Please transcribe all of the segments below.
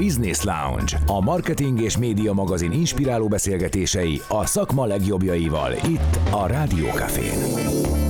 Business Lounge, a marketing és média magazin inspiráló beszélgetései a szakma legjobbjaival itt a Rádió Cafén.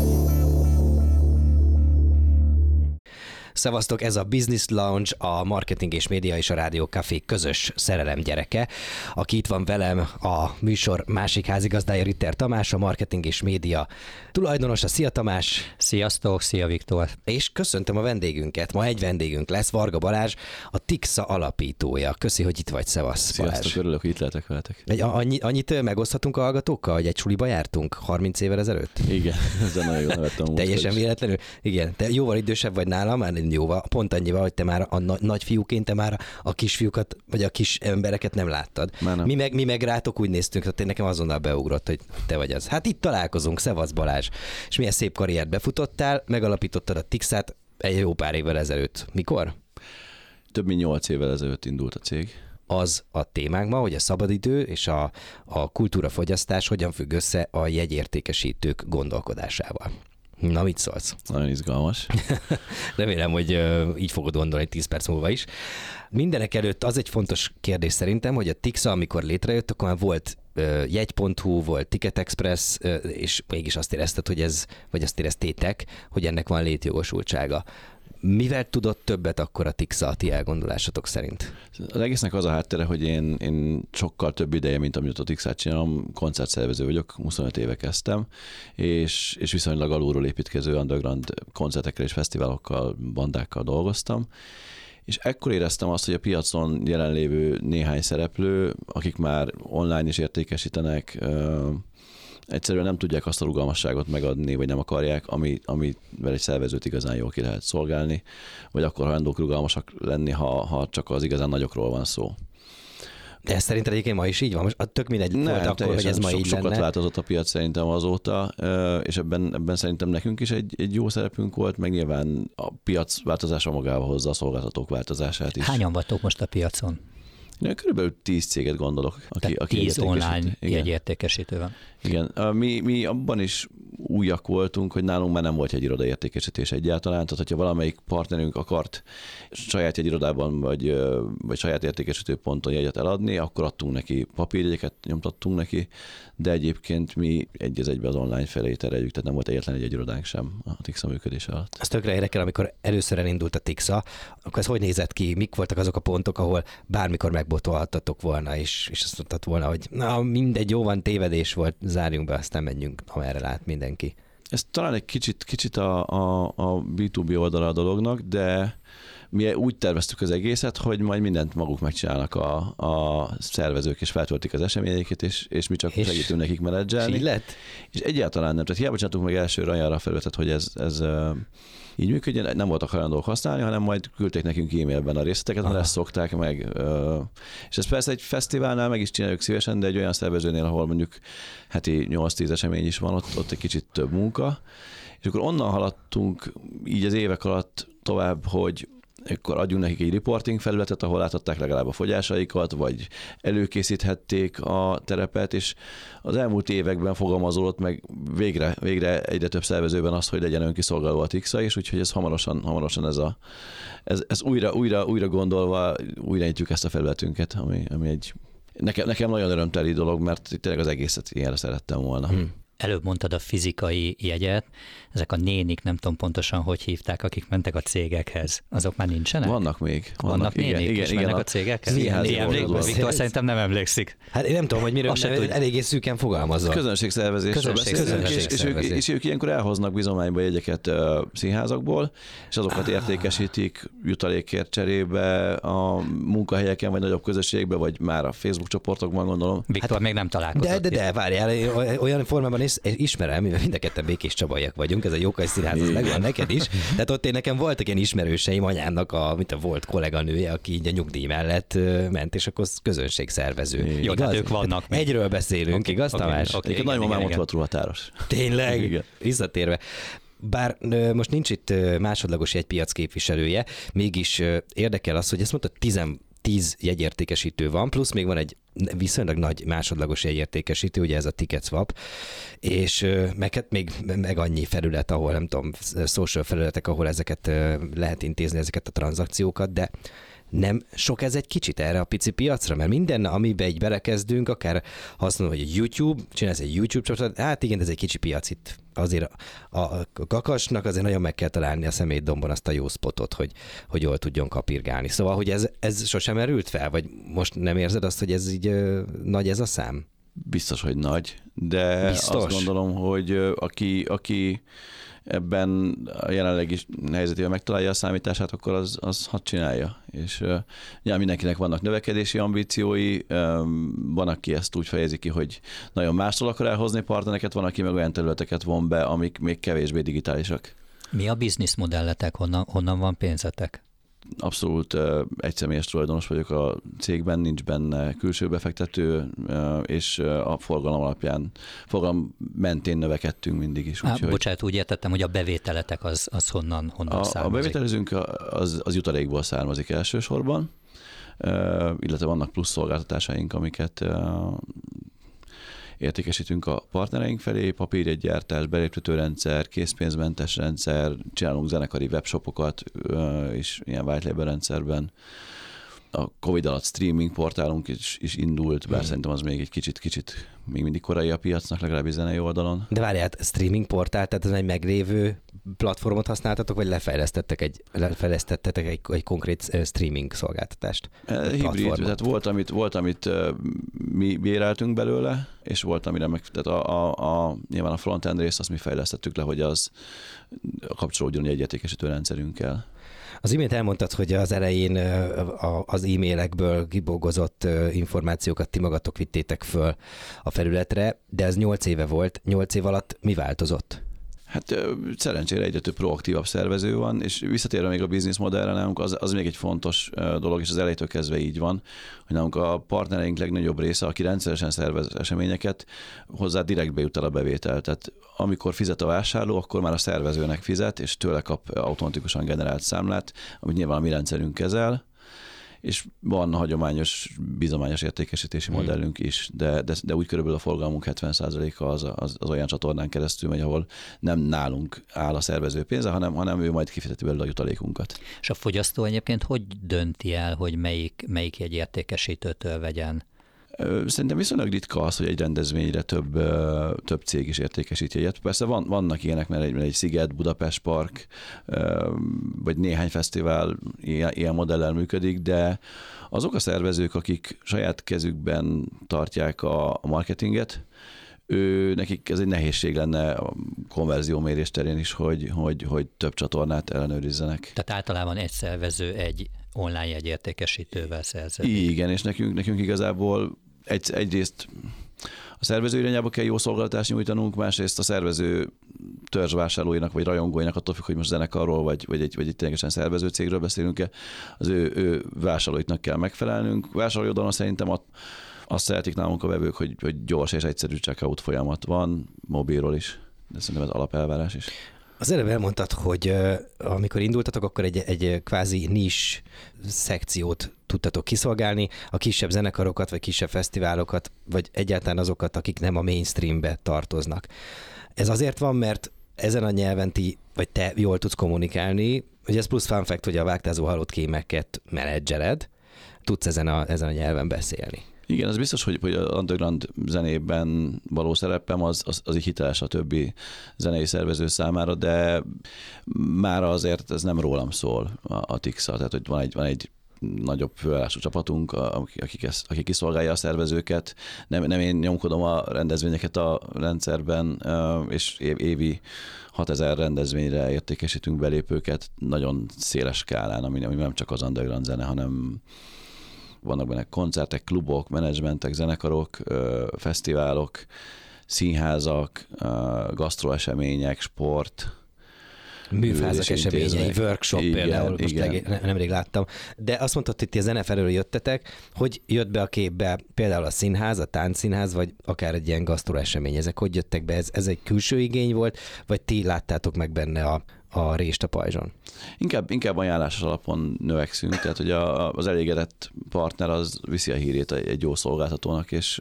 Szevasztok, ez a Business Lounge, a Marketing és Média és a Rádió Café közös szerelem gyereke. Aki itt van velem, a műsor másik házigazdája, Ritter Tamás, a Marketing és Média tulajdonosa. Szia Tamás! Sziasztok, szia Viktor! És köszöntöm a vendégünket. Ma egy vendégünk lesz, Varga Balázs, a Tixa alapítója. Köszi, hogy itt vagy, szevasz Balázs. Sziasztok, örülök, hogy itt lehetek veletek. Annyit megoszthatunk a hallgatókkal, hogy egy suliba jártunk 30 évvel ezelőtt? Igen, ezzel nagyon jól nevettem. Teljesen véletlenül? Igen, te jóval idősebb vagy nálam, már jóval, pont annyival, hogy te már a nagyfiúként, te már a kisfiúkat, vagy a kis embereket nem láttad. Mi meg rátok úgy néztünk, hogy nekem azonnal beugrott, hogy te vagy az. Hát itt találkozunk, szevasz Balázs. És milyen szép karriert befutottál, megalapítottad a Tixát egy jó pár évvel ezelőtt. Mikor? Több mint 8 évvel ezelőtt indult a cég. Az a témánk ma, hogy a szabadidő és a kultúrafogyasztás hogyan függ össze a jegyértékesítők gondolkodásával. Na, mit szólsz? Nagyon izgalmas. Remélem, hogy így fogod gondolni 10 perc múlva is. Mindenek előtt az egy fontos kérdés szerintem, hogy a Tixa, amikor létrejött, akkor már volt jegy.hu, volt Ticket Express, és mégis azt érezted, hogy azt éreztétek, hogy ennek van létjogosultsága. Mivel tudott többet akkor a Tixa a ti elgondolásatok szerint? Az egésznek az a háttere, hogy én sokkal több ideje, mint amit a Tixát csinálom, koncertszervező vagyok, 25 éve kezdtem, és viszonylag alulról építkező underground koncertekkel és fesztiválokkal, bandákkal dolgoztam, és ekkor éreztem azt, hogy a piacon jelenlévő néhány szereplő, akik már online is értékesítenek, egyszerűen nem tudják azt a rugalmasságot megadni, vagy nem akarják, amivel egy szervezőt igazán jól ki lehet szolgálni, vagy akkor hajlandók rugalmasak lenni, ha csak az igazán nagyokról van szó. De ez szerinted egyébként ma is így van? Most tök mindegy volt akkor, hogy ez ma így lenne. Sokat változott a piac szerintem azóta, és ebben szerintem nekünk is egy jó szerepünk volt, meg nyilván a piac változása magával hozza a szolgáltatók változását is. Hányan vagytok most a piacon? Körülbelül 10 céget gondolok. Aki 10 online jegyértékesítő van. Igen. Mi abban is újak voltunk, hogy nálunk már nem volt egy irodaértékesítés egyáltalán, tehát hogyha valamelyik partnerünk akart saját jegyirodában vagy saját értékesítő ponton jegyet eladni, akkor adtunk neki papírjegyeket, nyomtattunk neki, de egyébként mi egy az egybe az online felé tereljük, tehát nem volt egyetlen egy irodánk sem a Tixa működése alatt. Ez tökre érdekel, amikor először elindult a Tixa, akkor ez hogy nézett ki? Mik voltak azok a pontok, ahol bármikor megbotolhattatok volna, és azt mondtad volna, hogy na mindegy, jó van, tévedés volt, zárjunk be, aztán menjünk, amerre lát mindenki. Ez talán egy kicsit a B2B oldala a dolognak, de mi úgy terveztük az egészet, hogy majd mindent maguk megcsinálnak a szervezők, és feltöltik az eseményeiket, és mi csak segítünk nekik menedzselni. És így lett? És egyáltalán nem. Tehát hiába csináltuk meg elsőre arra a felületet, hogy ez így működjön, nem voltak hajlandók használni, hanem majd küldték nekünk e-mailben a részleteket, mert ezt szokták meg. És ez persze egy fesztiválnál meg is csináljuk szívesen, de egy olyan szervezőnél, ahol mondjuk heti 8-10 esemény is van, ott egy kicsit több munka. És akkor onnan haladtunk így az évek alatt tovább, hogy akkor adjunk nekik egy reporting felületet, ahol láthatták legalább a fogyásaikat, vagy előkészíthették a terepet, és az elmúlt években fogalmazódott meg végre egyre több szervezőben az, hogy legyen önkiszolgáló a Tixa, és úgyhogy ez hamarosan ez újra gondolva újranyitjuk ezt a felületünket, ami egy nekem nagyon örömteli dolog, mert tényleg az egészet ilyenre szerettem volna. Előbb mondtad a fizikai jegyet, ezek a nénik, nem tudom pontosan, hogy hívták, akik mentek a cégekhez. Azok már nincsenek? Vannak még. Vannak nénik, és mennek a cégekhez? Viktor szerintem nem emlékszik. Hát én nem tudom, hogy miről eléggé szűken fogalmazol. Közönségszervezésről beszélünk, és ők ilyenkor elhoznak bizományba jegyeket színházakból, és azokat értékesítik jutalékért cserébe a munkahelyeken, vagy nagyobb közösségben, vagy már a Facebook csoportokban, gondolom. Viktor még nem találkozott. De várjál, olyan formában ismerem, mivel mind a ketten Békés Csabaiak vagyunk, ez a Jókai Színház, az megvan neked is. Tehát ott nekem voltak ilyen ismerőseim, anyámnak mint a volt kolléganője, aki így a nyugdíj mellett ment, és akkor közönségszervező. Jó, tehát ők vannak. Egyről beszélünk, igaz, Tamás? Okay, nagymamám ott volt ruhatáros. Tényleg? Igen. Visszatérve. Bár most nincs itt másodlagos jegypiac képviselője, mégis érdekel az, hogy ezt mondta, 10 jegyértékesítő van, plusz még van egy viszonylag nagy másodlagos jegyértékesítő, ugye ez a TicketSwap, és meg annyi felület, ahol nem tudom, social felületek, ahol ezeket lehet intézni, ezeket a tranzakciókat, de Nem sok ez egy kicsit erre a pici piacra? Mert minden, amiben így belekezdünk, akár azt mondom, hogy YouTube, csinálsz egy YouTube csapatot, hát igen, ez egy kicsi piac itt. Azért a kakasnak azért nagyon meg kell találni a szemétdombon azt a jó spotot, hogy jól tudjon kapirgálni. Szóval, hogy ez sosem erült fel? Vagy most nem érzed azt, hogy ez így nagy ez a szám? Biztos, hogy nagy, de Biztos? Azt gondolom, hogy aki ebben a jelenlegi helyzetében megtalálja a számítását, akkor az hadd csinálja. És mindenkinek vannak növekedési ambíciói, van, aki ezt úgy fejezi ki, hogy nagyon mástól akar elhozni partnereket, van, aki meg olyan területeket von be, amik még kevésbé digitálisak. Mi a bizniszmodelletek, honnan van pénzetek? Abszolút egyszemélyes tulajdonos vagyok a cégben, nincs benne külső befektető, és a forgalom mentén növekedtünk mindig is. Bocsánat, úgy értettem, hogy a bevételetek az honnan származik? A bevételezünk az jutalékból származik elsősorban, illetve vannak plusz szolgáltatásaink, amiket értékesítünk a partnereink felé, papírjegygyártás, beléptetőrendszer, készpénzmentes rendszer, csinálunk zenekari webshopokat és ilyen white label rendszerben. A Covid alatt streaming portálunk is indult, bár szerintem az még egy kicsit még mindig korai a piacnak, legalábbis zenei oldalon. De várjál, streaming portál, tehát ez egy meglévő platformot használtatok, vagy lefejlesztettetek egy konkrét streaming szolgáltatást? Hibrid, tehát volt, amit mi béreltünk belőle, és volt, amire tehát nyilván a front-end részt azt mi fejlesztettük le, hogy az kapcsolódjon egy értékesítő rendszerünkkel. Az imént elmondtad, hogy az elején az e-mailekből kibógozott információkat ti magatok vittétek föl a felületre, de ez 8 éve volt. 8 év alatt mi változott? Hát szerencsére egyre több proaktívabb szervező van, és visszatérve még a business modellre nálunk, az még egy fontos dolog, és az elejétől kezdve így van, hogy nálunk a partnereink legnagyobb része, aki rendszeresen szervez eseményeket, hozzá direkt bejut el a bevétel. Tehát amikor fizet a vásárló, akkor már a szervezőnek fizet, és tőle kap automatikusan generált számlát, amit nyilván a mi rendszerünk kezel, és van hagyományos, bizományos értékesítési modellünk is, de úgy körülbelül a forgalmunk 70%-a az olyan csatornán keresztül megy, ahol nem nálunk áll a szervező pénze, hanem ő majd kifizeti belőle a jutalékunkat. És a fogyasztó egyébként hogy dönti el, hogy melyik egy értékesítőtől vegyen? Szerintem viszonylag ritka az, hogy egy rendezvényre több cég is értékesít jegyet. Persze vannak ilyenek, mert egy Sziget, Budapest Park, vagy néhány fesztivál ilyen modellel működik, de azok a szervezők, akik saját kezükben tartják a marketinget, nekik ez egy nehézség lenne a konverziómérés terén is, hogy több csatornát ellenőrizzenek. Tehát általában egy szervező egy online jegyértékesítővel szerződik. Igen, és nekünk igazából egyrészt a szervező irányába kell jó szolgáltatást nyújtanunk, másrészt a szervező törzsvásárlóinak vagy rajongóinak, attól függ, hogy most zenekarról vagy egy ténylegesen szervező cégről beszélünk-e, az ő vásárlóiknak kell megfelelnünk. Vásárlói oldalon szerintem azt szeretik nálunk a vevők, hogy gyors és egyszerű checkout folyamat van, mobilról is, de szerintem ez alapelvárás is. Az előbb elmondtad, hogy amikor indultatok, akkor egy kvázi nis szekciót tudtatok kiszolgálni, a kisebb zenekarokat, vagy kisebb fesztiválokat, vagy egyáltalán azokat, akik nem a mainstreambe tartoznak. Ez azért van, mert ezen a nyelven vagy te jól tudsz kommunikálni, hogy ez plusz fun fact, hogy a vágtázó halott kémeket menedzseled, tudsz ezen a nyelven beszélni. Igen, az biztos, hogy az underground zenében való szerepem az így hiteles a többi zenei szervező számára, de már azért ez nem rólam szól a Tixa, tehát hogy van egy nagyobb főállású csapatunk, aki kiszolgálja a szervezőket. Nem én nyomkodom a rendezvényeket a rendszerben, és évi 6000 rendezvényre értékesítünk belépőket nagyon széles skálán, ami nem csak az underground zene, hanem vannak benne koncertek, klubok, menedzsmentek, zenekarok, fesztiválok, színházak, gasztroesemények, sport, műfázak eseményei, workshop például, most nemrég láttam. De azt mondtad, hogy ti a zene felől jöttetek, hogy jött be a képbe például a színház, a táncszínház, vagy akár egy ilyen gasztroesemény. Ezek hogy jöttek be? Ez egy külső igény volt, vagy ti láttátok meg benne a rést a pajzson? Inkább ajánlásos alapon növekszünk, tehát hogy az elégedett partner az viszi a hírét egy jó szolgáltatónak, és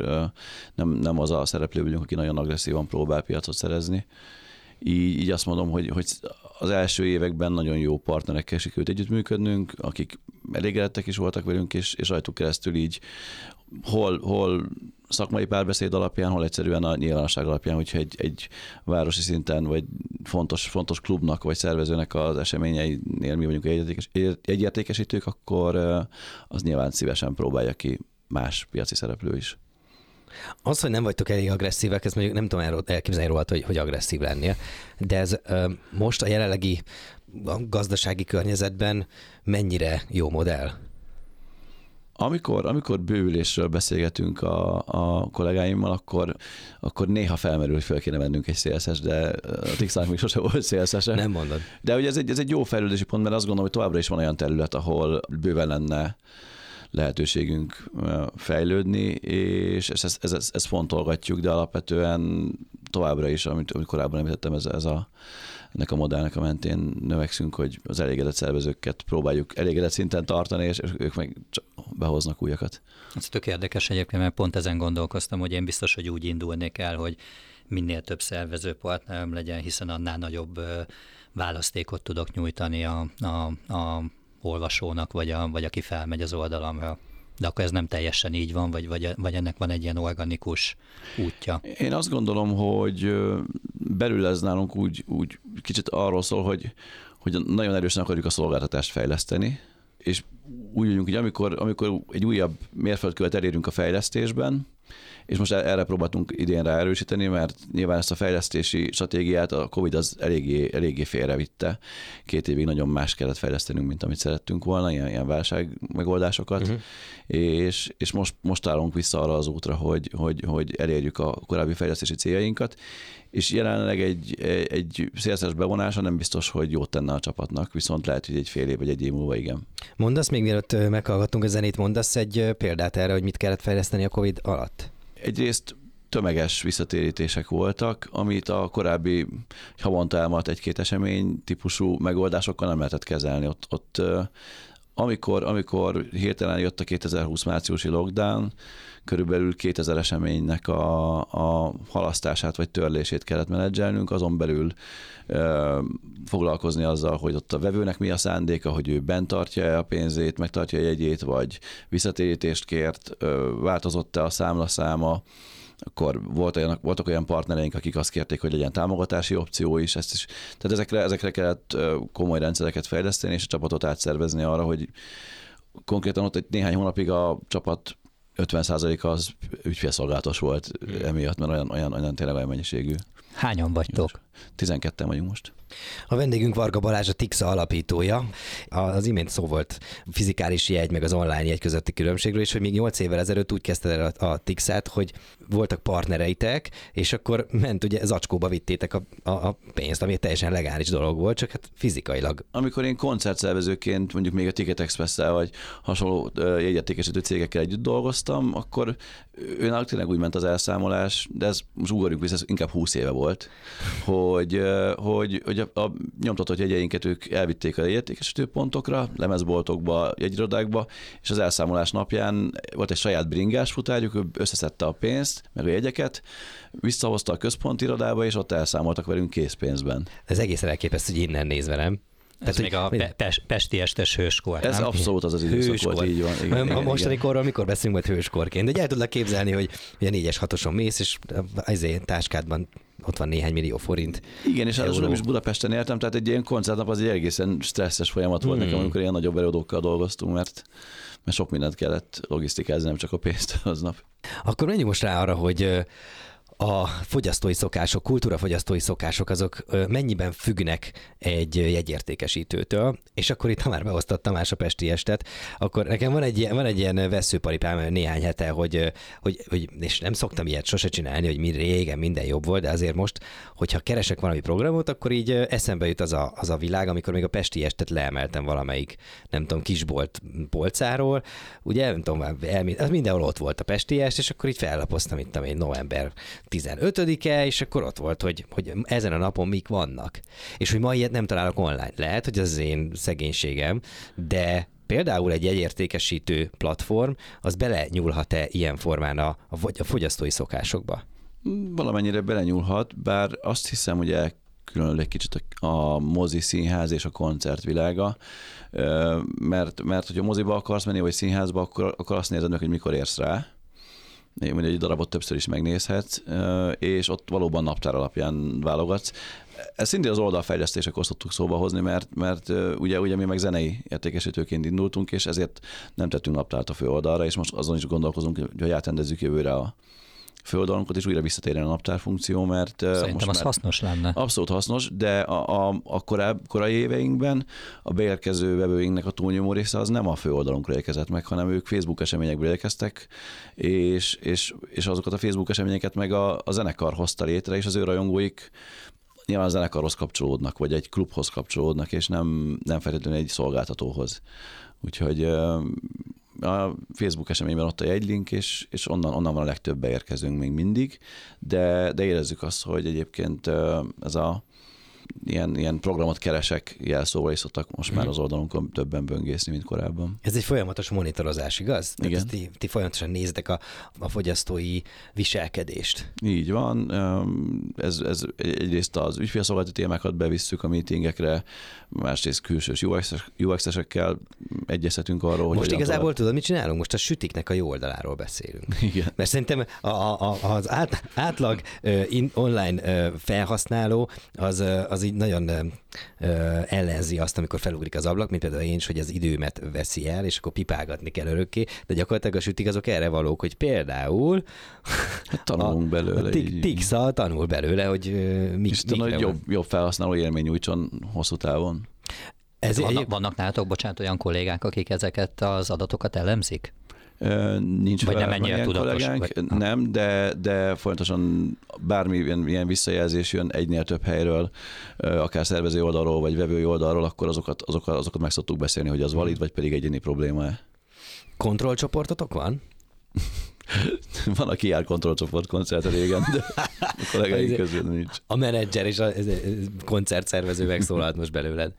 nem az a szereplő vagyunk, aki nagyon agresszívan próbál piacot szerezni. Így azt mondom, hogy az első években nagyon jó partnerekkel sikerült együttműködnünk, akik elégedettek is voltak velünk, és rajtuk keresztül így hol szakmai párbeszéd alapján, hol egyszerűen a nyilvánosság alapján, hogyha egy városi szinten, vagy fontos klubnak, vagy szervezőnek az eseményeinél mi vagyunk egyértékesítők, akkor az nyilván szívesen próbálja ki más piaci szereplő is. Az, hogy nem vagytok elég agresszívek, ez mondjuk nem tudom elképzelni róla, hogy agresszív lennél, de ez most a jelenlegi gazdasági környezetben mennyire jó modell? Amikor bővülésről beszélgetünk a kollégáimmal, akkor néha felmerül, hogy fel kéne vennünk egy CSS, de a Tixának még sose volt CSS-e. Nem mondod. De ugye ez egy jó fejlődési pont, mert azt gondolom, hogy továbbra is van olyan terület, ahol bőven lenne lehetőségünk fejlődni, és ezt fontolgatjuk, de alapvetően továbbra is, amit korábban említettem, ennek a modellnek a mentén növekszünk, hogy az elégedett szervezőket próbáljuk elégedett szinten tartani, és ők meg csak behoznak újakat. Ez tök érdekes egyébként, mert pont ezen gondolkoztam, hogy én biztos, hogy úgy indulnék el, hogy minél több szervezőpartnerem legyen, hiszen annál nagyobb választékot tudok nyújtani a olvasónak, vagy aki felmegy az oldalamra. De akkor ez nem teljesen így van, vagy ennek van egy ilyen organikus útja? Én azt gondolom, hogy belül ez nálunk úgy kicsit arról szól, hogy nagyon erősen akarjuk a szolgáltatást fejleszteni, és úgy vagyunk, hogy amikor egy újabb mérföldkövet elérünk a fejlesztésben, és most erre próbáltunk idén rá erősíteni, mert nyilván ezt a fejlesztési stratégiát a Covid az eléggé félrevitte. 2 évig nagyon más kellett fejlesztenünk, mint amit szerettünk volna, ilyen válság megoldásokat, és most állunk vissza arra az útra, hogy elérjük a korábbi fejlesztési céljainkat, és jelenleg egy CSS bevonása nem biztos, hogy jót tenne a csapatnak, viszont lehet, hogy egy fél év vagy egy év múlva igen. Mondasz, még mielőtt meghallgattunk a zenét, mondasz egy példát erre, hogy mit kellett fejleszteni a Covid alatt? Egyrészt tömeges visszatérítések voltak, amit a korábbi havonta elmaradt 1-2 esemény típusú megoldásokkal nem lehetett kezelni. Ott amikor hirtelen jött a 2020 márciusi lockdown, körülbelül 2000 eseménynek a halasztását vagy törlését kellett menedzselnünk, azon belül foglalkozni azzal, hogy ott a vevőnek mi a szándéka, hogy ő bent tartja a pénzét, megtartja a jegyét, vagy visszatérítést kért, változott-e a számlaszáma, akkor voltak olyan partnereink, akik azt kérték, hogy legyen támogatási opció is, tehát ezekre kellett komoly rendszereket fejleszteni, és a csapatot átszervezni arra, hogy konkrétan ott egy néhány hónapig a csapat 50%-a az ügyfélszolgálatos volt emiatt, mert olyan tényleg olyan mennyiségű. Hányan vagytok? 12-en vagyunk most. A vendégünk Varga Balázs, a Tixa alapítója. Az imént szó volt fizikális jegy, meg az online jegy közötti különbségről, és hogy még 8 évvel ezelőtt úgy kezdted el a Tixát, hogy voltak partnereitek, és akkor ment, ugye zacskóba vittétek a pénzt, ami egy teljesen legális dolog volt, csak hát fizikailag. Amikor én koncertszervezőként mondjuk még a Ticket Express-szel vagy hasonló jegyértékesítő cégekkel együtt dolgoztam, akkor őnáluk tényleg úgy ment az elszámolás, de ez most ugorjunk vissza, ez inkább 20 éve volt, hogy a nyomtatott jegyeinket ők elvitték a jegyértékesítő pontokra, lemezboltokba, jegyirodákba, és az elszámolás napján volt egy saját bringás futárjuk, ő összeszedte a pénzt, meg a jegyeket, visszahozta a központi irodába, és ott elszámoltak velünk készpénzben. Ez egészen elképesztő, hogy innen nézve, nem? Ez még a pesti estes hőskor, ez nem? abszolút az időszak volt, így van. Igen, a mostani korról mikor beszélünk majd hőskorként? De el tudlak képzelni, hogy a 4-es 6-oson mész, és azért táskádban ott van néhány millió forint. Igen, és az nem is Budapesten éltem, tehát egy ilyen koncertnap az egy egészen stresszes folyamat volt nekem, amikor ilyen nagyobb előadókkal dolgoztunk, mert sok mindent kellett logisztikázni, nem csak a pénzt aznap. Akkor menjünk most rá arra, hogy a fogyasztói szokások, kultúrafogyasztói szokások, azok mennyiben függnek egy jegyértékesítőtől, és akkor itt, ha már behoztad Tamás a Pesti Estet, akkor nekem van egy ilyen vesszőparipám néhány hete, hogy és nem szoktam ilyet sose csinálni, hogy régen minden jobb volt, de azért most, hogyha keresek valami programot, akkor így eszembe jut az a világ, amikor még a Pesti Estet leemeltem valamelyik, nem tudom, kisbolt polcáról, ugye, nem tudom, az mindenhol ott volt a Pesti Est, és akkor így fellapoztam itt, amely november 15-e, és akkor ott volt, hogy ezen a napon mik vannak. És hogy ma ilyet nem találok online. Lehet, hogy ez az én szegénységem, de például egy jegyértékesítő platform, az belenyúlhat-e ilyen formán a fogyasztói szokásokba? Valamennyire belenyúlhat, bár azt hiszem, hogy el elkülönül egy kicsit a mozi, színház és a koncertvilága, mert hogyha moziba akarsz menni, vagy színházba, akkor azt nézed meg, hogy mikor érsz rá. Mondjuk egy darabot többször is megnézhetsz, és ott valóban naptár alapján válogatsz. Ezt szintén az oldalfejlesztésekor szoktuk szóba hozni, mert ugye mi meg zenei értékesítőként indultunk, és ezért nem tettünk naptárt a főoldalra, és most azon is gondolkozunk, hogy átrendezzük jövőre a főoldalunkat, és újra visszatérjen a naptár funkció, mert szerintem az hasznos lenne. Abszolút hasznos, de a korai éveinkben a beérkező vevőinknek a túlnyomó része az nem a főoldalunkra érkezett meg, hanem ők Facebook eseményekből érkeztek, és azokat a Facebook eseményeket meg a zenekar hozta létre, és az ő rajongóik nyilván a zenekarhoz kapcsolódnak, vagy egy klubhoz kapcsolódnak, és nem feltétlenül egy szolgáltatóhoz. Úgyhogy a Facebook eseményben ott a jegylink, és onnan van a legtöbb beérkezőnk még mindig, de érezzük azt, hogy egyébként ez a ilyen programot keresek jelszóval is szoktak most már az oldalunkon többen böngészni, mint korábban. Ez egy folyamatos monitorozás, igaz? Igen. Ti folyamatosan néztek a fogyasztói viselkedést. Így van. Ez egyrészt az ügyfélszolgálati témákat bevisszük a meetingekre, másrészt külsős UX-esekkel egyeztetünk arról, hogy... Most igazából tudod, mit csinálunk? Most a sütiknek a jó oldaláról beszélünk. Igen. Mert szerintem az átlag online felhasználó az így nagyon ellenzi azt, amikor felugrik az ablak, mint például én is, hogy az időmet veszi el, és akkor pipálgatni kell örökké, de gyakorlatilag a sütik azok erre valók, hogy például tanulunk belőle. Tixa tanul belőle, hogy hogy jobb felhasználó élmény nyújtson hosszú távon. Vannak nálatok, bocsánat, olyan kollégák, akik ezeket az adatokat elemzik? Nincs vagy nem ennyire tudatos? Nem, de folyamatosan bármi ilyen visszajelzés jön egynél több helyről, akár szervező oldalról, vagy vevői oldalról, akkor azokat meg szoktuk beszélni, hogy az valid, vagy pedig egyéni probléma-e. Kontrollcsoportotok van? Van, aki jár kontrollcsoport koncertre régen, de a kollégáink közül nincs. A menedzser és a koncertszervező megszólalt most belőled.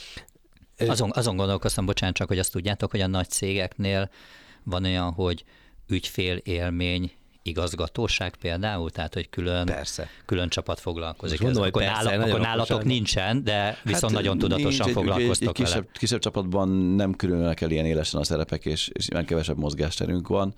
Azon gondolkoztam, bocsánat, csak hogy azt tudjátok, hogy a nagy cégeknél van olyan, hogy ügyfélélmény igazgatóság például, tehát hogy külön csapat foglalkozik. Mondom, akkor nálatok nincsen, de viszont nagyon tudatosan foglalkoztok vele. Kisebb csapatban nem különülnek el ilyen élesen a szerepek, és ilyen kevesebb mozgásterünk van.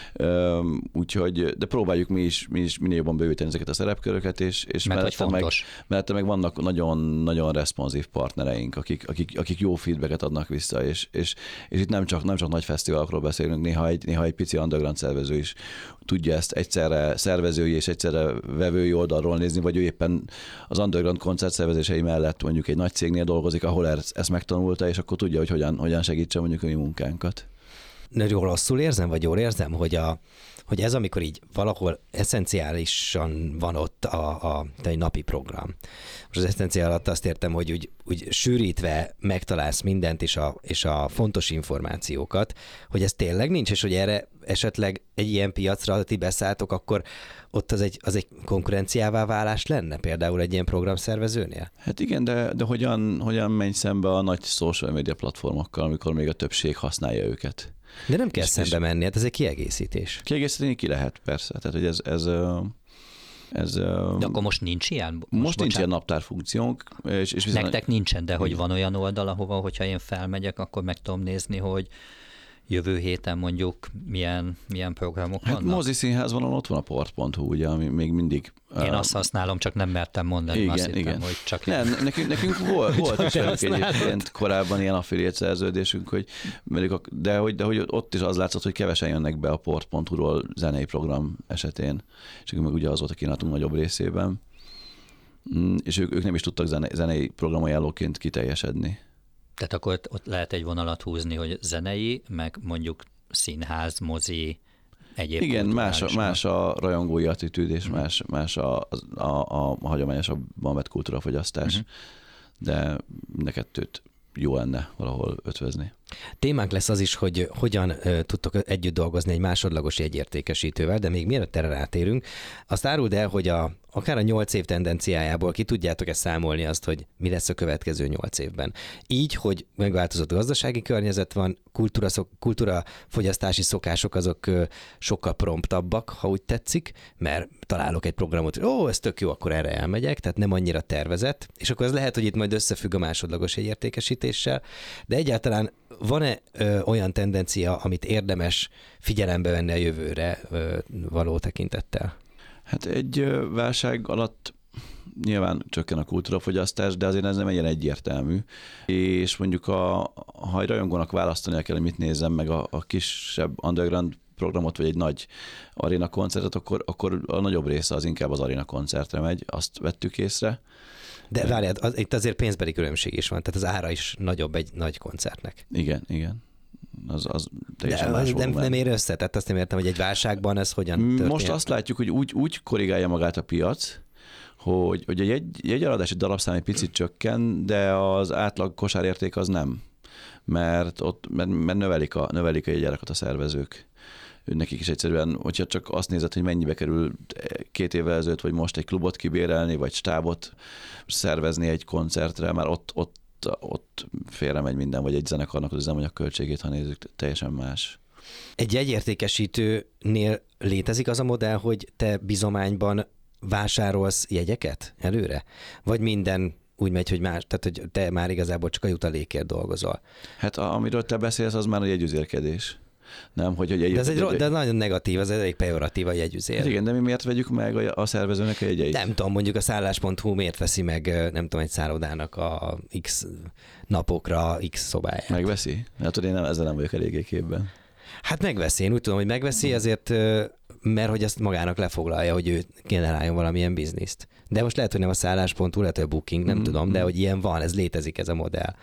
Úgyhogy, de próbáljuk mi is minél jobban bővíteni ezeket a szerepköröket, és mellette meg vannak nagyon responsív partnereink, akik jó feedbacket adnak vissza, és itt nem csak nagy fesztiválokról beszélünk, néha egy pici underground szervező is tudja ezt egyszerre szervezői és egyszerre vevői oldalról nézni, vagy ő éppen az underground koncertszervezései mellett mondjuk egy nagy cégnél dolgozik, ahol ezt megtanulta, és akkor tudja, hogy hogyan segítse mondjuk a mi munkánkat. Rosszul érzem, vagy jól érzem, hogy ez, amikor így valahol eszenciálisan van ott egy napi program. Most az eszenciál alatt azt értem, hogy úgy sűrítve megtalálsz mindent és a fontos információkat, hogy ez tényleg nincs, és hogy erre esetleg egy ilyen piacra, ha ti beszálltok, akkor ott az egy konkurenciává válás lenne például egy ilyen programszervezőnél? Hát igen, de hogyan menj szembe a nagy social media platformokkal, amikor még a többség használja őket? De nem kell szembe menni, hát ez egy kiegészítés. Kiegészíteni ki lehet, persze. Tehát, hogy ez de akkor most nincs ilyen? Most nincs ilyen naptárfunkciónk. És nektek nincsen, de hogy van olyan oldal, ahova, hogyha én felmegyek, akkor meg tudom nézni, hogy jövő héten mondjuk milyen programok vannak? Mozi Színház ott van a port.hu, ugye, ami még mindig... Én azt használom, csak nem mertem mondani, igen, azt hittem, igen. hogy csak... Nem, nekünk volt is egyébként korábban ilyen affiliate szerződésünk, de hogy ott is az látszott, hogy kevesen jönnek be a port.hu-ról zenei program esetén, és meg ugye az volt a kínálatunk nagyobb részében, és ők nem is tudtak zenei programajánlóként kiteljesedni. Tehát akkor ott lehet egy vonalat húzni, hogy zenei, meg mondjuk színház, mozi, egyéb. Igen, más a rajongói attitűd, és más a hagyományosabban vett kultúrafogyasztás, de mind a kettőt jó lenne valahol ötvözni. Témánk lesz az is, hogy hogyan tudtok együtt dolgozni egy másodlagos jegyértékesítővel, de még mielőtt erre rátérünk, azt áruld el, hogy akár a 8 év tendenciájából ki tudjátok-e számolni azt, hogy mi lesz a következő 8 évben. Így, hogy megváltozott gazdasági környezet van, kultúrafogyasztási szokások azok sokkal promptabbak, ha úgy tetszik, mert találok egy programot, hogy ez tök jó, akkor erre elmegyek, tehát nem annyira tervezett, és akkor az lehet, hogy itt majd összefügg a másodlagos jegyértékesítéssel, de egyáltalán van-e olyan tendencia, amit érdemes figyelembe venni a jövőre való tekintettel? Hát egy válság alatt nyilván csökken a kultúrafogyasztás, de azért ez nem ennyire egyértelmű. És mondjuk ha egy rajongónak választania kell, hogy mit nézzem meg a kisebb underground programot, vagy egy nagy aréna koncertet, akkor a nagyobb része az inkább az aréna koncertre megy, azt vettük észre. De várjál, itt azért pénzbeli különbség is van, tehát az ára is nagyobb egy nagy koncertnek. Igen. Az teljesen más nem ér össze, tehát azt nem értem, hogy egy válságban ez hogyan történik. Most azt látjuk, hogy úgy korrigálja magát a piac, hogy a jegyeladási darabszám egy picit csökken, de az átlag kosárérték az nem. Mert növelik a jegyárakat a szervezők. Nekik is egyszerűen, hogyha csak azt nézed, hogy mennyibe kerül 2 évvel ezelőtt, vagy most egy klubot kibérelni, vagy stábot szervezni egy koncertre, már ott félre megy minden, vagy egy zenekarnak az üzemanyag költségét, ha nézzük, teljesen más. Egy jegyértékesítőnél létezik az a modell, hogy te bizományban vásárolsz jegyeket előre? Vagy minden úgy megy, hogy tehát hogy te már igazából csak a jutalékért dolgozol? Hát amiről te beszélsz, az már a jegyüzérkedés. Nem, hogy de nagyon negatív, ez elég pejoratív a jegyüzér. Hát igen, de mi miért vegyük meg a szervezőnek a jegyeit? Nem tudom, mondjuk a szállás.hu miért veszi meg, nem tudom, egy szállodának a X napokra X szobáját. Megveszi? Hát én ezzel nem vagyok eléggé képben. Hát megveszi, én úgy tudom, hogy megveszi, azért, mert hogy azt magának lefoglalja, hogy ő generáljon valamilyen bizniszt. De most lehet, hogy nem a szállás.hu, lehet, hogy a Booking, nem tudom, de hogy ilyen van, ez létezik ez a modell.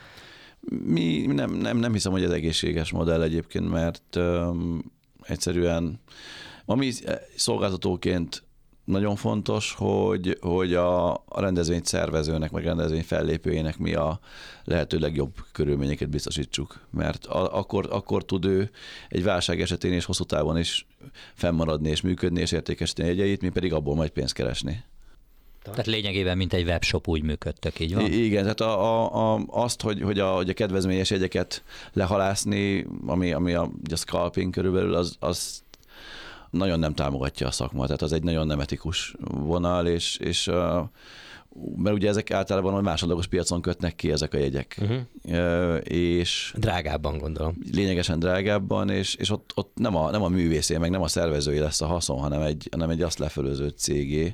Nem hiszem, hogy ez egészséges modell egyébként, mert egyszerűen ami szolgáltatóként nagyon fontos, hogy a rendezvény szervezőnek, meg rendezvény fellépőjének mi a lehető legjobb körülményeket biztosítsuk. Mert akkor tud ő egy válság esetén és hosszú távon is fennmaradni és működni és értékesíteni jegyeit, mi pedig abból majd pénzt keresni. Tehát lényegében, mint egy webshop úgy működtök, így van? Igen, tehát azt, hogy a kedvezményes jegyeket lehalászni, ami a scalping körülbelül, az nagyon nem támogatja a szakma, tehát az egy nagyon nem etikus vonal, és mert ugye ezek általában a másodlagos piacon kötnek ki ezek a jegyek. És drágábban gondolom. Lényegesen drágábban, és ott nem a művészé, meg nem a szervezői lesz a haszon, hanem egy azt lefölöző cégé,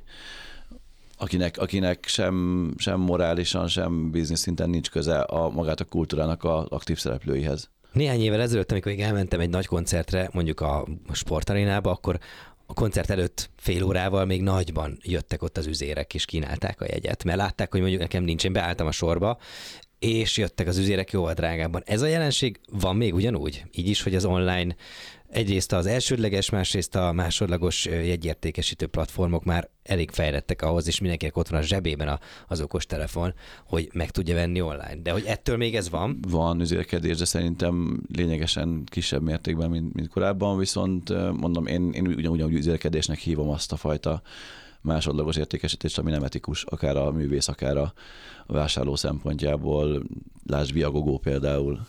akinek sem morálisan, sem biznisz szinten nincs köze magát a kultúrának az aktív szereplőihez. Néhány évvel ezelőtt, amikor még elmentem egy nagy koncertre, mondjuk a sportarénába, akkor a koncert előtt fél órával még nagyban jöttek ott az üzérek, és kínálták a jegyet, mert látták, hogy mondjuk nekem nincs, én beálltam a sorba, és jöttek az üzérek jóval drágábban. Ez a jelenség van még ugyanúgy? Így is, hogy az online egyrészt az elsődleges, másrészt a másodlagos jegyértékesítő platformok már elég fejlettek ahhoz, és mindenkinek ott van a zsebében az okostelefon, hogy meg tudja venni online. De hogy ettől még ez van? Van üzérkedés, de szerintem lényegesen kisebb mértékben, mint korábban, viszont mondom, én ugyanúgy üzérkedésnek hívom azt a fajta másodlagos értékesítést, ami nem etikus, akár a művész, akár a vásárló szempontjából. Lásd Viagogo például,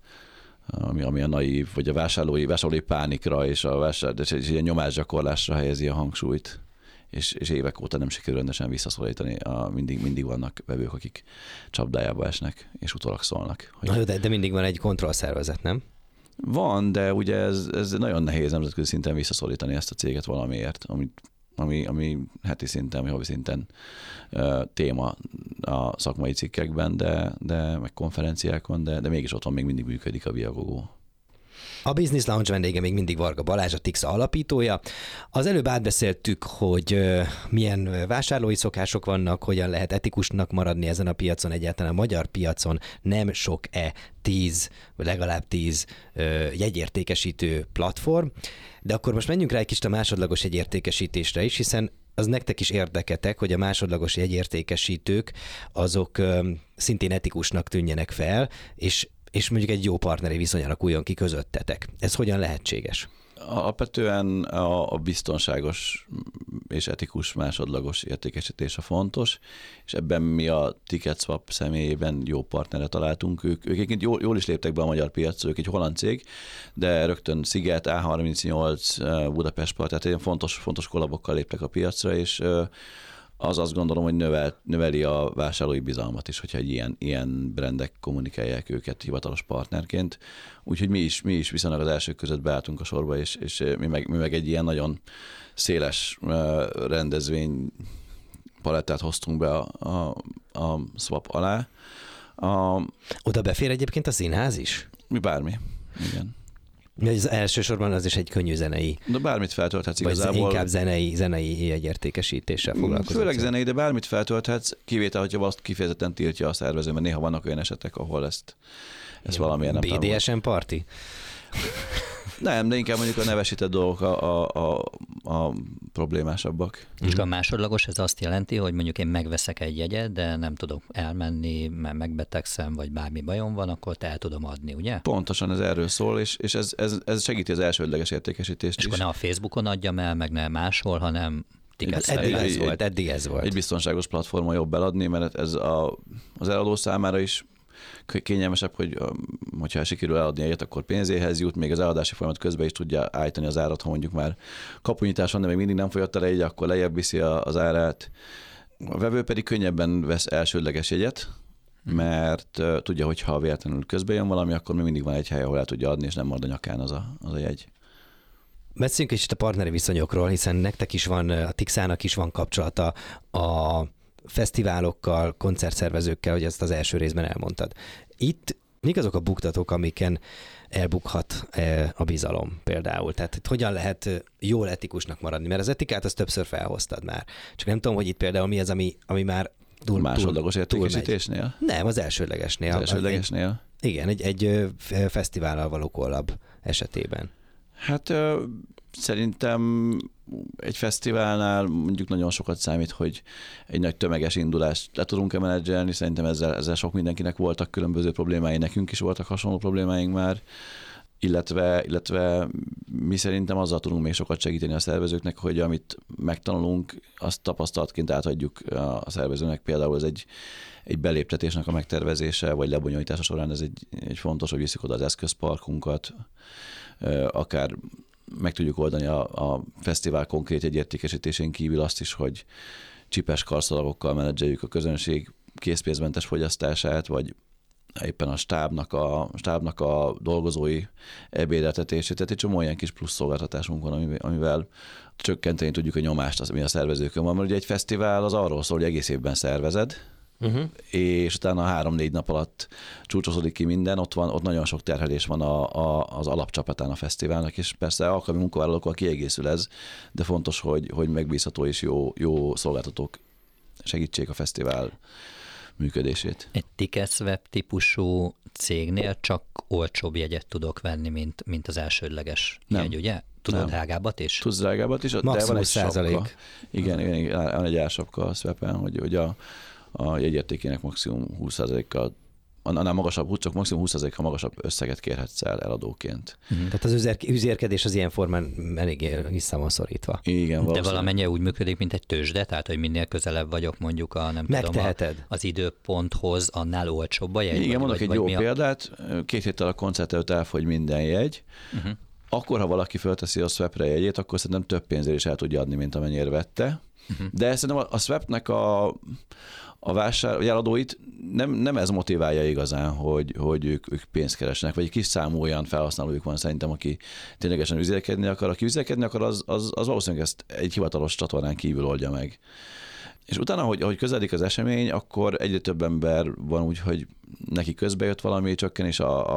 ami a naív, vagy a vásárlói pánikra és és ilyen nyomásgyakorlásra helyezi a hangsúlyt, és évek óta nem sikerül rendesen visszaszorítani. Mindig vannak vevők, akik csapdájába esnek, és utólag szólnak. Hogy... De mindig van egy kontrollszervezet, nem? Van, de ugye ez nagyon nehéz nemzetközi szinten visszaszorítani ezt a céget valamiért, ami heti szinten, vagy havi szinten téma a szakmai cikkekben, de meg konferenciákon, de mégis otthon még mindig működik a Viagogo. A Business Lounge vendége még mindig Varga Balázs, a TIXA alapítója. Az előbb átbeszéltük, hogy milyen vásárlói szokások vannak, hogyan lehet etikusnak maradni ezen a piacon, egyáltalán a magyar piacon nem sok-e 10, vagy legalább 10 jegyértékesítő platform. De akkor most menjünk rá egy kicsit a másodlagos jegyértékesítésre is, hiszen az nektek is érdeketek, hogy a másodlagos jegyértékesítők azok szintén etikusnak tűnjenek fel, és és mondjuk egy jó partneri viszony alakuljon ki közöttetek. Ez hogyan lehetséges? Alapvetően a biztonságos és etikus másodlagos értékesítés a fontos, és ebben mi a TicketSwap személyében jó partneret találtunk. Ők egyébként jól is léptek be a magyar piacra, ők egy holland cég, de rögtön Sziget, A38, Budapest Park, tehát ilyen fontos kollabokkal léptek a piacra, és az azt gondolom, hogy növeli a vásárlói bizalmat is, hogyha egy ilyen brandek kommunikálják őket hivatalos partnerként. Úgyhogy mi is viszonylag az elsők között beálltunk a sorba, és mi meg egy ilyen nagyon széles rendezvény palettát hoztunk be a swap alá. Oda befér egyébként a színház is? Mi bármi, igen. Ez elsősorban az is egy könnyű zenei. De bármit feltölthetsz igazából. Vagy inkább zenei jegyértékesítéssel foglalkozik. Főleg zenei, de bármit feltölthetsz, kivétel, hogyha azt kifejezetten tiltja a szervező, mert néha vannak olyan esetek, ahol ezt valamilyen nem BDSM party? Nem, de inkább mondjuk a nevesített dolgok a problémásabbak. És a másodlagos ez azt jelenti, hogy mondjuk én megveszek egy jegyet, de nem tudok elmenni, mert megbetegszem, vagy bármi bajom van, akkor te el tudom adni, ugye? Pontosan ez erről szól, és ez segíti az elsődleges értékesítést is. És akkor ne a Facebookon adjam el, meg ne máshol, hanem eddig ez volt. Egy biztonságos platformon jobb eladni, mert ez az eladó számára is kényelmesebb, hogyha sikerül eladni egyet, akkor pénzéhez jut, még az eladási folyamat közben is tudja állítani az árat, ha mondjuk már kapunyítás van, de még mindig nem folyott el egy, akkor lejjebb viszi az árát. A vevő pedig könnyebben vesz elsődleges jegyet, mert tudja, hogy ha véletlenül közben jön valami, akkor még mindig van egy hely, ahol el tudja adni, és nem marad a nyakán az a jegy. Beszéljünk is itt a partneri viszonyokról, hiszen nektek is van, a Tixának is van kapcsolata a fesztiválokkal, koncertszervezőkkel, hogy ezt az első részben elmondtad. Itt mik azok a buktatók, amiken elbukhat a bizalom például? Tehát hogyan lehet jól etikusnak maradni? Mert az etikát azt többször felhoztad már. Csak nem tudom, hogy itt például mi az, ami már másodlagos értékesítésnél? Nem, az elsődlegesnél. Az elsődlegesnél? Igen, egy fesztivállal való kollab esetében. Hát szerintem egy fesztiválnál mondjuk nagyon sokat számít, hogy egy nagy tömeges indulást le tudunk-e menedzselni. Szerintem ezzel sok mindenkinek voltak különböző problémái, nekünk is voltak hasonló problémáink már, illetve mi szerintem azzal tudunk még sokat segíteni a szervezőknek, hogy amit megtanulunk, azt tapasztalatként átadjuk a szervezőnek. Például ez egy beléptetésnek a megtervezése, vagy lebonyolítása során ez egy fontos, hogy viszik oda az eszközparkunkat, akár meg tudjuk oldani a fesztivál konkrét egyértékesítésén kívül azt is, hogy csipes karszalagokkal menedzseljük a közönség készpénzmentes fogyasztását, vagy éppen a stábnak a dolgozói ebédeltetését. Tehát egy csomó olyan kis plusz szolgáltatásunk van, amivel csökkenteni tudjuk a nyomást, ami a szervezőkön van. Mert ugye egy fesztivál az arról szól, hogy egész évben szervezed, és utána 3-4 nap alatt csúcsosodik ki minden, ott nagyon sok terhelés van az alapcsapatán a fesztiválnak, és persze alkalmi munkavállalókkal kiegészül ez, de fontos, hogy megbízható és jó szolgáltatók segítsék a fesztivál működését. Egy TicketSwap típusú cégnél csak olcsóbb jegyet tudok venni, mint az elsődleges jegy, ugye? Tudod drágábbat is? Tudsz drágábbat is, maximum de van egy 20%. sapka. Igen, van egy ársapka a Swapen, hogy a jegyértékének maximum 20%-kal, annál magasabb, csak maximum 20%-kal magasabb összeget kérhetsz el eladóként. Tehát az üzérkedés az ilyen formán eléggé vissza van szorítva. Igen, de valamennyire úgy működik, mint egy tőzsde, tehát hogy minél közelebb vagyok mondjuk az időponthoz, annál olcsóbb a jegy. Igen, mondok egy jó példát, 2 héttel a koncert előtt elfogy minden jegy, akkor, ha valaki fölteszi a Swapre jegyét, akkor szerintem több pénzért is el tudja adni, mint amennyire vette. De szerintem a Swapnek a eladóit nem ez motiválja igazán, hogy ők pénzt keresnek, vagy egy kis számú olyan felhasználójuk van szerintem, aki ténylegesen üzélkedni akar. Aki üzélkedni akar, az valószínűleg ezt egy hivatalos csatornán kívül oldja meg. És utána, ahogy közeledik az esemény, akkor egyre több ember van úgy, hogy neki közbe jött valami csökkenés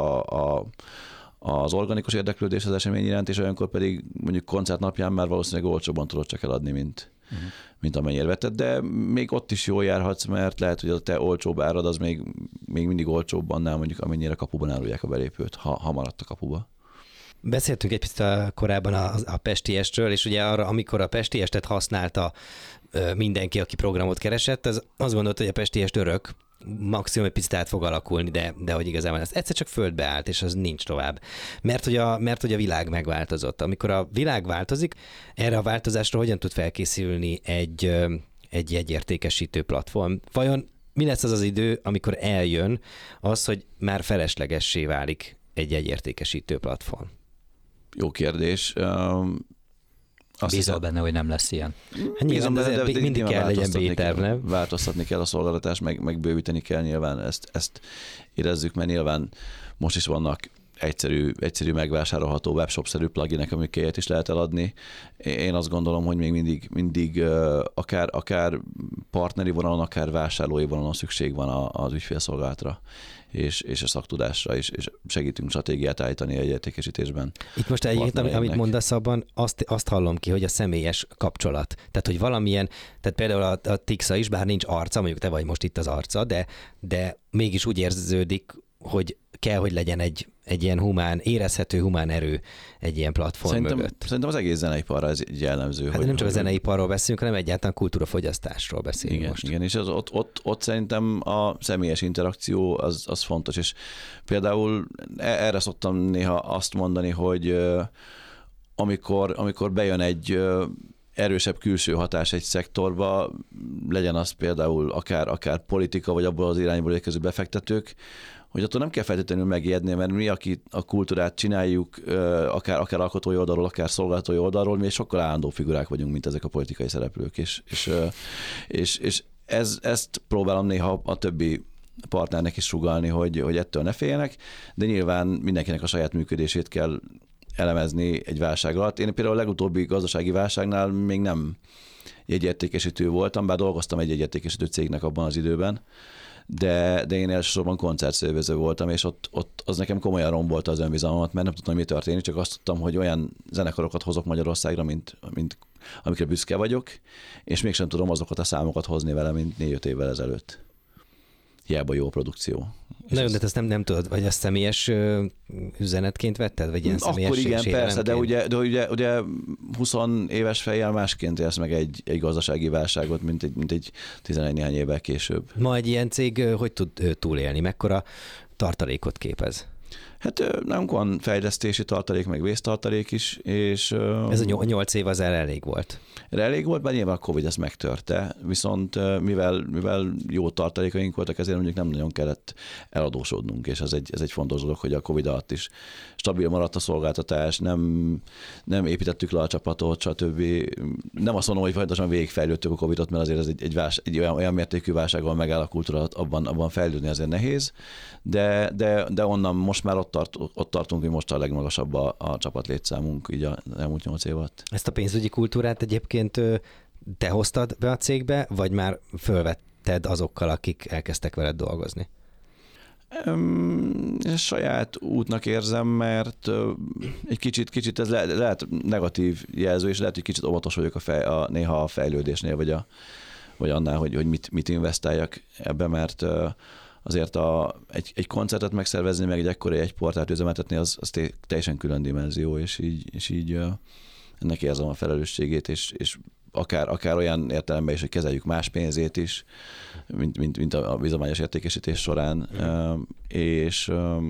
az organikus érdeklődés az esemény iránt, és olyankor pedig mondjuk koncert napján már valószínűleg olcsóbban tudod csak eladni, mint amennyire vetted, de még ott is jól járhatsz, mert lehet, hogy a te olcsóbb árad az még mindig olcsóbb annál mondjuk, amennyire kapuban árulják a belépőt, ha maradt a kapuba. Beszéltünk egy picit korábban a Pestiestről, és ugye arra, amikor a Pestiestet használta mindenki, aki programot keresett, az azt gondolta, hogy a Pestiest örök, maximum egy picit át fog alakulni, de hogy igazából ez egyszer csak földbe állt, és az nincs tovább. Mert hogy a világ megváltozott. Amikor a világ változik, erre a változásra hogyan tud felkészülni egy jegyértékesítő platform? Vajon mi lesz az az idő, amikor eljön az, hogy már feleslegessé válik egy jegyértékesítő platform? Jó kérdés. Bízol benne, hogy nem lesz ilyen. Hát nyilván, de mindig kell legyen B-terv, nem? Változtatni kell a szolgáltatást, meg bővíteni kell nyilván, ezt érezzük, mert nyilván most is vannak egyszerű megvásárolható webshop-szerű pluginek, amiket is lehet eladni. Én azt gondolom, hogy még mindig akár partneri vonalon, akár vásárlói vonalon szükség van az ügyfélszolgálatra, és a szaktudásra, és segítünk stratégiát állítani egy értékesítésben. Itt most egyébként, amit mondasz abban, azt hallom ki, hogy a személyes kapcsolat. Tehát, hogy valamilyen, tehát például a Tixa is, bár nincs arca, mondjuk te vagy most itt az arca, de mégis úgy érződik, hogy kell, hogy legyen egy ilyen érezhető humán erő egy ilyen platform mögött. Szerintem az egész zeneiparra ez jellemző. Hát nem csak a zeneiparról beszélünk, hanem egyáltalán kultúrafogyasztásról beszélünk igen, most. Igen, és ott szerintem a személyes interakció az fontos, és például erre szoktam néha azt mondani, hogy amikor bejön egy erősebb külső hatás egy szektorba, legyen az például akár politika, vagy abból az irányból érkező befektetők, hogy attól nem kell feltétlenül megijedni, mert mi, aki a kultúrát csináljuk, akár alkotói oldalról, akár szolgáltatói oldalról, mi sokkal állandó figurák vagyunk, mint ezek a politikai szereplők. És ezt próbálom néha a többi partnernek is sugallni, hogy ettől ne féljenek, de nyilván mindenkinek a saját működését kell elemezni egy válság alatt. Én például a legutóbbi gazdasági válságnál még nem jegyértékesítő voltam, bár dolgoztam egy jegyértékesítő cégnek abban az időben, de én elsősorban koncertszervező voltam, és ott az nekem komolyan rombolta az önbizalmamat, mert nem tudtam, hogy mi történik, csak azt tudtam, hogy olyan zenekarokat hozok Magyarországra, mint amikre büszke vagyok, és mégsem tudom azokat a számokat hozni vele, mint 4-5 évvel ezelőtt. Hiába jó produkció. Na jó, de ezt nem tudod, vagy azt személyes üzenetként vetted, vagy ilyen személyes akkor igen, persze, de ugye 20 éves fejjel másként élsz meg egy gazdasági válságot, mint egy 11 néhány évvel később. Ma egy ilyen cég hogy tud túlélni? Mekkora tartalékot képez? Hát nálunk van fejlesztési tartalék, meg vésztartalék is, és... Ez a 8 év az elég volt. Elég volt, bár nyilván a Covid ezt megtörte, viszont mivel jó tartalékaink voltak, ezért mondjuk nem nagyon kellett eladósodnunk, és ez egy fontos dolog, hogy a Covid alatt is stabil maradt a szolgáltatás, nem építettük le a csapatot, stb. Nem azt mondom, hogy folyamatosan végigfejlődtük a Covidot, mert azért egy olyan mértékű válság, ahol megáll a kultúra, abban fejlődni azért nehéz, de onnan most már ott tartunk, hogy most a legmagasabb a csapat létszámunk így a elmúlt 8 év alatt. Ezt a pénzügyi kultúrát egyébként te hoztad be a cégbe, vagy már fölvetted azokkal, akik elkezdtek veled dolgozni? Saját útnak érzem, mert egy kicsit ez lehet negatív jelző, és lehet, hogy kicsit óvatos vagyok néha a fejlődésnél, vagy annál, hogy mit investáljak ebbe, mert azért egy koncertet megszervezni, meg egy ekkora egy portált üzemeltetni, az teljesen külön dimenzió, és így ennek érzem a felelősségét, és akár olyan értelemben is, hogy kezeljük más pénzét is, mint a bizományos értékesítés során, és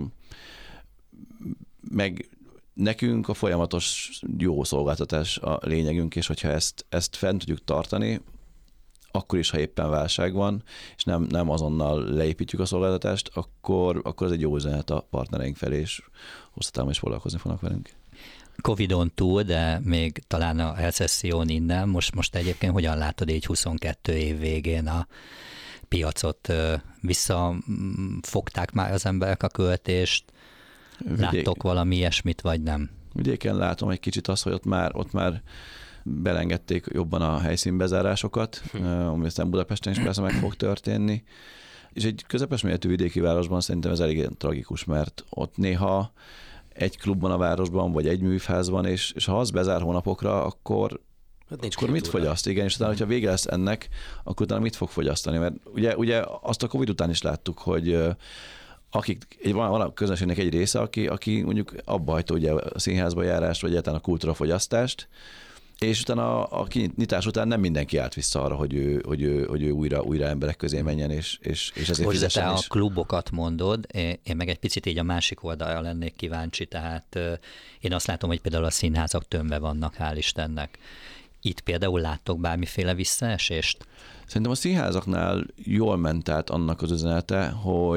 meg nekünk a folyamatos jó szolgáltatás a lényegünk, és hogyha ezt fent tudjuk tartani, akkor is, ha éppen válság van, és nem azonnal leépítjük a szolgáltatást, akkor ez egy jó üzenet a partnereink felé, és hosszú távon is foglalkozni fognak velünk. Covid-on túl, de még talán a recesszión innen, most egyébként hogyan látod így 22 év végén a piacot? Visszafogták már az emberek a költést? Láttok valami ilyesmit, vagy nem? Vidéken látom egy kicsit azt, hogy ott már belengedték jobban a helyszínbezárásokat, ami aztán Budapesten is persze meg fog történni. És egy közepes méretű vidéki városban szerintem ez elég tragikus, mert ott néha egy klubban a városban, vagy egy művházban, és ha az bezár hónapokra, akkor mit fogyaszt? Igen, és utána, hogyha vége lesz ennek, akkor utána mit fog fogyasztani? Mert ugye azt a Covid után is láttuk, hogy van a közönségnek egy része, aki mondjuk abba hagyta ugye a színházba járást, vagy egyáltalán a kultúrafogyasztást, És utána a kinyitás után nem mindenki állt vissza arra, hogy ő újra emberek közé menjen, és ezért Most fizessen te a is. klubokat mondod, én meg egy picit így a másik oldalra lennék kíváncsi, tehát én azt látom, hogy például a színházak tömve vannak, hál' Istennek. Itt például láttok bármiféle visszaesést? Szerintem a színházaknál jól ment át annak az üzenete,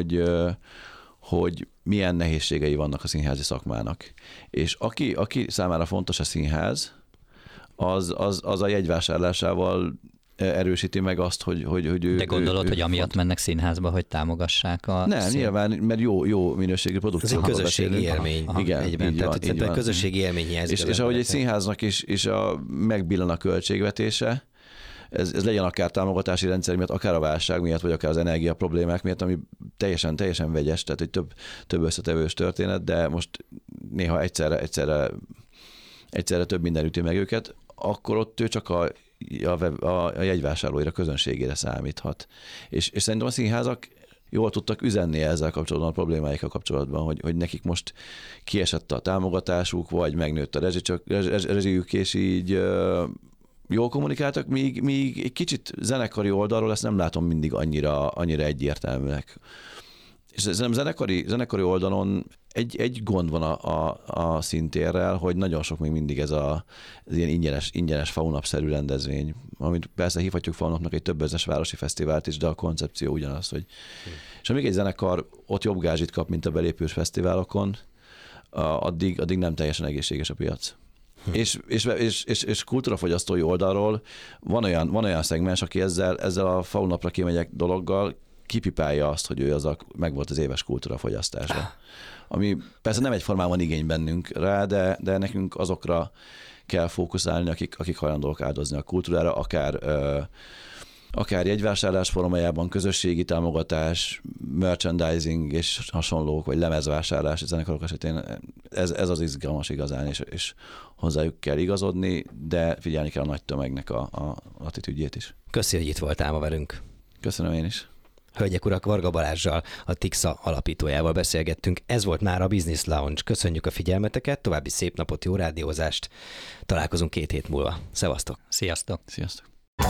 hogy milyen nehézségei vannak a színházi szakmának. És aki számára fontos a színház, az a jegyvásárlásával erősíti meg azt, hogy ő... De gondolod, hogy amiatt mennek színházba, hogy támogassák a... Nem, nyilván, mert jó minőségű produkció. Ez egy közösségi élmény. Igen, egyben. így van, Tehát a közösségi élmény hiányzik. És ahogy egy színháznak is megbillen a költségvetése, ez legyen akár támogatási rendszer miatt, akár a válság miatt, vagy akár az energia problémák miatt, ami teljesen vegyes, tehát egy több összetevős történet, de most néha egyszerre több minden üti meg őket, akkor ott ő csak a jegyvásárlóira, közönségére számíthat. És szerintem a színházak jól tudtak üzenni ezzel kapcsolatban, a problémáikkal kapcsolatban, hogy nekik most kiesett a támogatásuk, vagy megnőtt a rezsijük, és így jól kommunikáltak, míg egy kicsit zenekari oldalról ezt nem látom mindig annyira egyértelműnek. És szerintem zenekari oldalon egy gond van a szintérrel, hogy nagyon sok még mindig ez ilyen ingyenes faunapszerű rendezvény, amit persze hívhatjuk faunapnak egy több ezres városi fesztivált is, de a koncepció ugyanaz, hogy és amíg egy zenekar ott jobb gázsit kap, mint a belépős fesztiválokon, addig nem teljesen egészséges a piac. És kultúrafogyasztói oldalról van olyan szegmens, aki ezzel a faunapra kimegyek dologgal kipipálja azt, hogy ő megvolt az éves kultúrafogyasztásra. Ami persze nem egyformán van igény bennünk rá, de nekünk azokra kell fókuszálni, akik hajlandóak áldozni a kultúrára, akár jegyvásárlás formájában, közösségi támogatás, merchandising és hasonlók, vagy lemezvásárlás zenekarok esetén. Ez az izgalmas igazán, és hozzájuk kell igazodni, de figyelni kell a nagy tömegnek a attitűdjét is. Köszi, hogy itt voltál ma velünk. Köszönöm én is. Hölgyek, urak, Varga Balázssal, a TIXA alapítójával beszélgettünk. Ez volt már a Business Lounge. Köszönjük a figyelmeteket, további szép napot, jó rádiózást. Találkozunk 2 hét múlva. Szevasztok! Sziasztok! Sziasztok!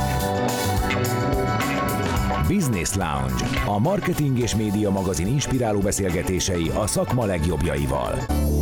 Business Lounge, a marketing és média magazin inspiráló beszélgetései a szakma legjobbjaival.